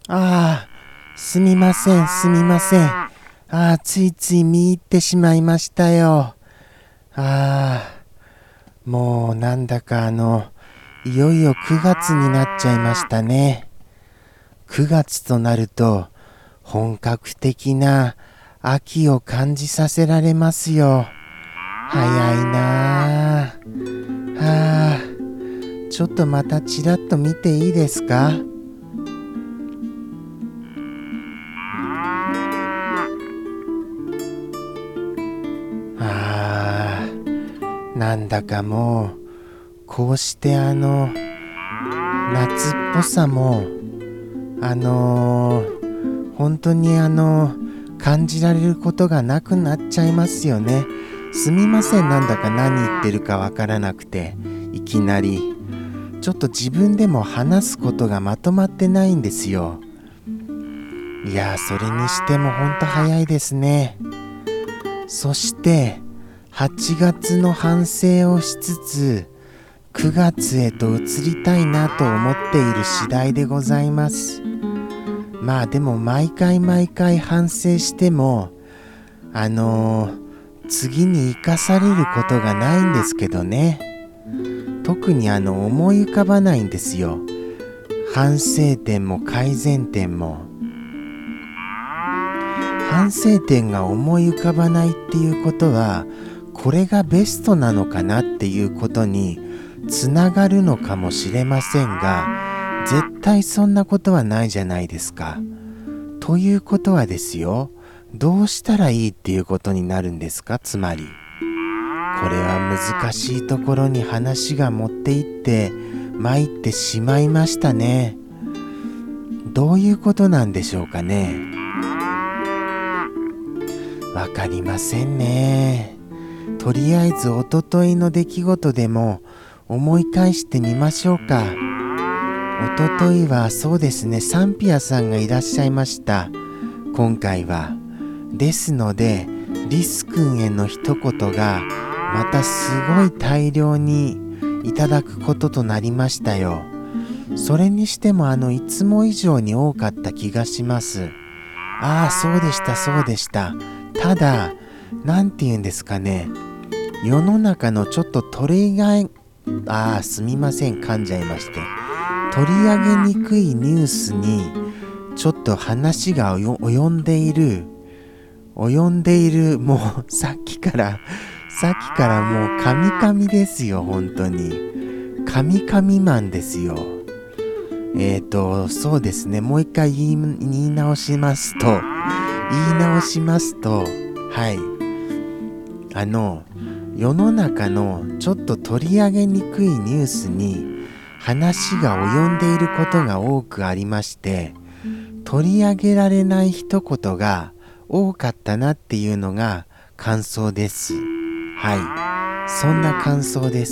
ああ、すみません、すみません。ああ、ついつい見入ってしまいましたよ。ああ、もうなんだかいよいよ9月になっちゃいましたね。9月となると、本格的な秋を感じさせられますよ。早いなあ。はあ、ちょっとまたちらっと見ていいですか？ああ、なんだかもう、こうして夏っぽさも、本当に感じられることがなくなっちゃいますよね。すみません、なんだか何言ってるかわからなくて、いきなり。ちょっと自分でも話すことがまとまってないんですよ。いや、それにしてもほんと早いですね。そして8月の反省をしつつ9月へと移りたいなと思っている次第でございます。まあでも毎回反省しても次に生かされることがないんですけどね。特に思い浮かばないんですよ。反省点も改善点も。反省点が思い浮かばないっていうことは、これがベストなのかなっていうことにつながるのかもしれませんが、絶対そんなことはないじゃないですか。ということはですよ、どうしたらいいっていうことになるんですか？つまりこれは難しいところに話が持っていって参ってしまいましたね。どういうことなんでしょうかね。わかりませんね。とりあえずおとといの出来事でも思い返してみましょうか。おとといはそうですね、サンピアさんがいらっしゃいました。今回は。ですので、リス君への一言がまたすごい大量にいただくこととなりましたよ。それにしてもいつも以上に多かった気がします。ああ、そうでしたそうでした。ただ、なんて言うんですかね、世の中のちょっとすみません、噛んじゃいまして、取り上げにくいニュースにちょっと話が及んでいる、もうさっきからもうカミカミですよ。本当にカミカミマンですよ。そうですね、もう一回言い直しますと、はい、世の中のちょっと取り上げにくいニュースに話が及んでいることが多くありまして、取り上げられない一言が多かったなっていうのが感想です。はい、そんな感想です。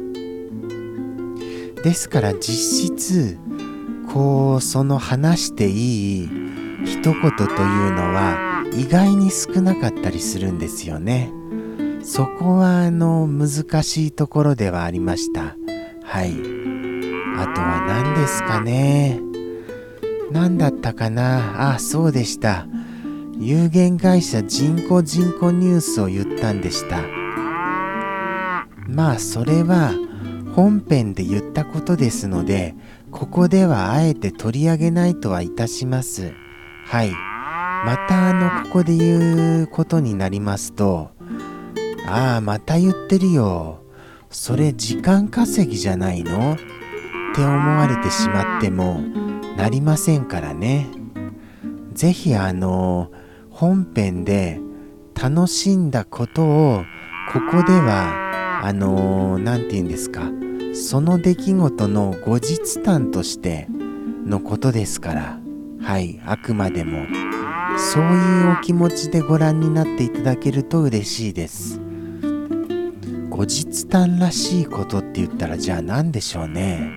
ですから実質その話していい一言というのは意外に少なかったりするんですよね。そこは難しいところではありました。はい。あとは何ですかね。何だったかな。あ、そうでした。有限会社人工ニュースを言ったんでした。まあそれは本編で言ったことですので、ここではあえて取り上げないとはいたします。はい。またここで言うことになりますと、ああまた言ってるよ、それ時間稼ぎじゃないのって思われてしまってもなりませんからね。ぜひ本編で楽しんだことをここではなんて言うんですか、その出来事の後日談としてのことですから、はい、あくまでもそういうお気持ちでご覧になっていただけると嬉しいです。後日談らしいことって言ったらじゃあ何でしょうね。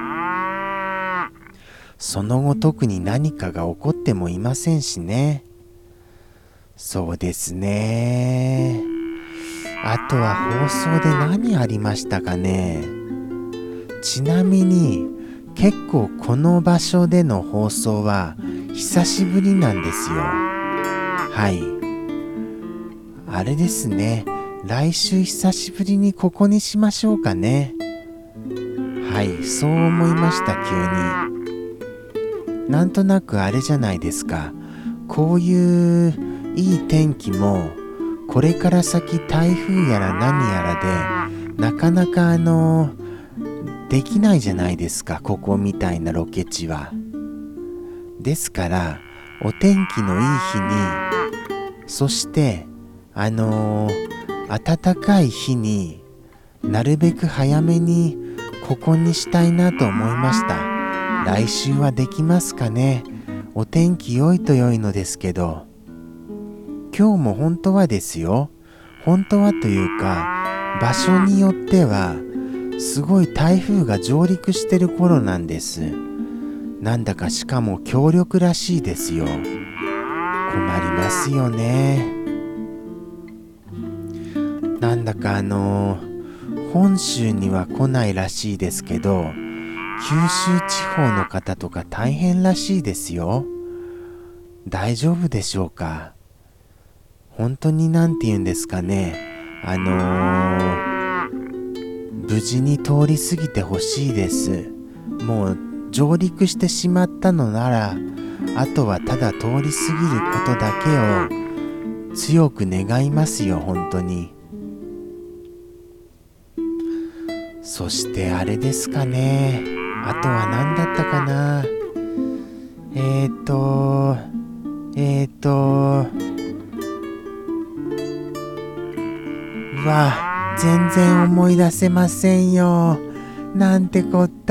その後特に何かが起こってもいませんしね。そうですね。あとは放送で何ありましたかね。ちなみに結構この場所での放送は久しぶりなんですよ。はい。あれですね。来週久しぶりにここにしましょうかね。はい、そう思いました、急に。なんとなくあれじゃないですか。こういういい天気も、これから先台風やら何やらで、なかなかできないじゃないですか、ここみたいなロケ地は。ですから、お天気のいい日に、そして、暖かい日になるべく早めにここにしたいなと思いました。来週はできますかね。お天気良いと良いのですけど、今日も本当はですよ。本当はというか、場所によってはすごい台風が上陸してる頃なんです。なんだかしかも強力らしいですよ。困りますよね。なんだか本州には来ないらしいですけど、九州地方の方とか大変らしいですよ。大丈夫でしょうか。本当になんて言うんですかね。無事に通り過ぎてほしいです。もう上陸してしまったのなら、あとはただ通り過ぎることだけを強く願いますよ、本当に。そしてあれですかね。あとは何だったかな。うわ、全然思い出せませんよ。なんてこった。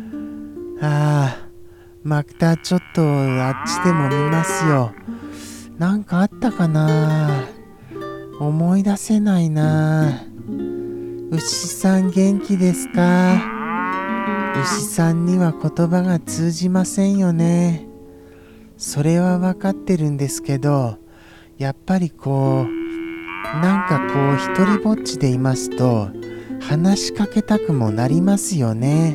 またちょっとあっちでも見ますよ。なんかあったかな。思い出せないな。牛さん元気ですか？牛さんには言葉が通じませんよね。それは分かってるんですけど、やっぱりなんか一人ぼっちでいますと話しかけたくもなりますよね。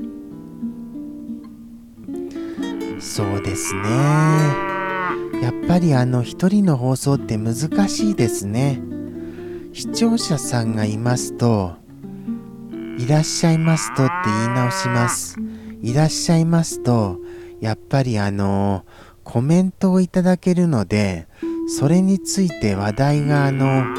そうですね。やっぱり一人の放送って難しいですね。視聴者さんがいますと、いらっしゃいますとって言い直します。いらっしゃいますと、やっぱりコメントをいただけるので、それについて話題が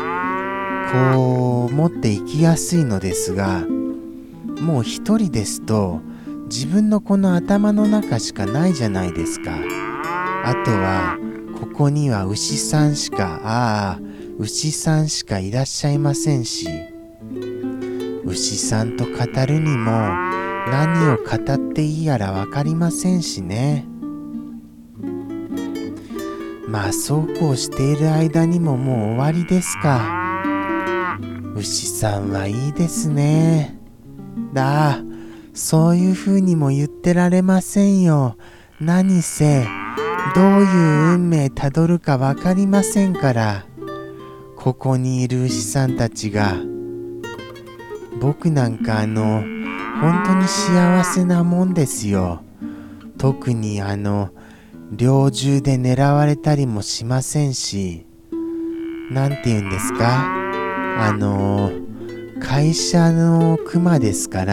持っていきやすいのですが、もう一人ですと自分のこの頭の中しかないじゃないですか。あとはここには牛さんしかいらっしゃいませんし、牛さんと語るにも何を語っていいやら分かりませんしね。まあそうこうしている間にももう終わりですか。牛さんはいいですね。そういう風にも言ってられませんよ。何せどういう運命たどるか分かりませんから。ここにいる牛さんたちが、僕なんか本当に幸せなもんですよ。特に猟銃で狙われたりもしませんし、なんて言うんですか、会社のクマですから、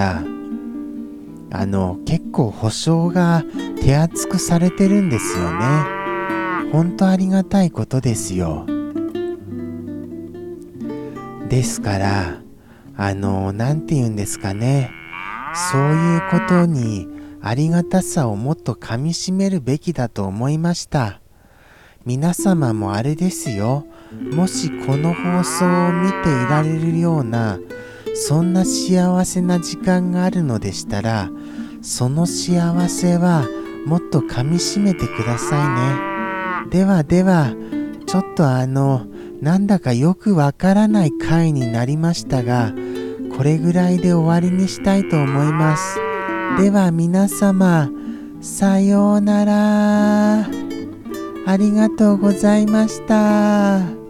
結構保証が手厚くされてるんですよね。本当ありがたいことですよ。ですからなんて言うんですかね、そういうことにありがたさをもっとかみしめるべきだと思いました。皆様もあれですよ。もしこの放送を見ていられるような、そんな幸せな時間があるのでしたら、その幸せはもっとかみしめてくださいね。ではちょっとなんだかよくわからない回になりましたが、これぐらいで終わりにしたいと思います。では皆様、さようなら。ありがとうございました。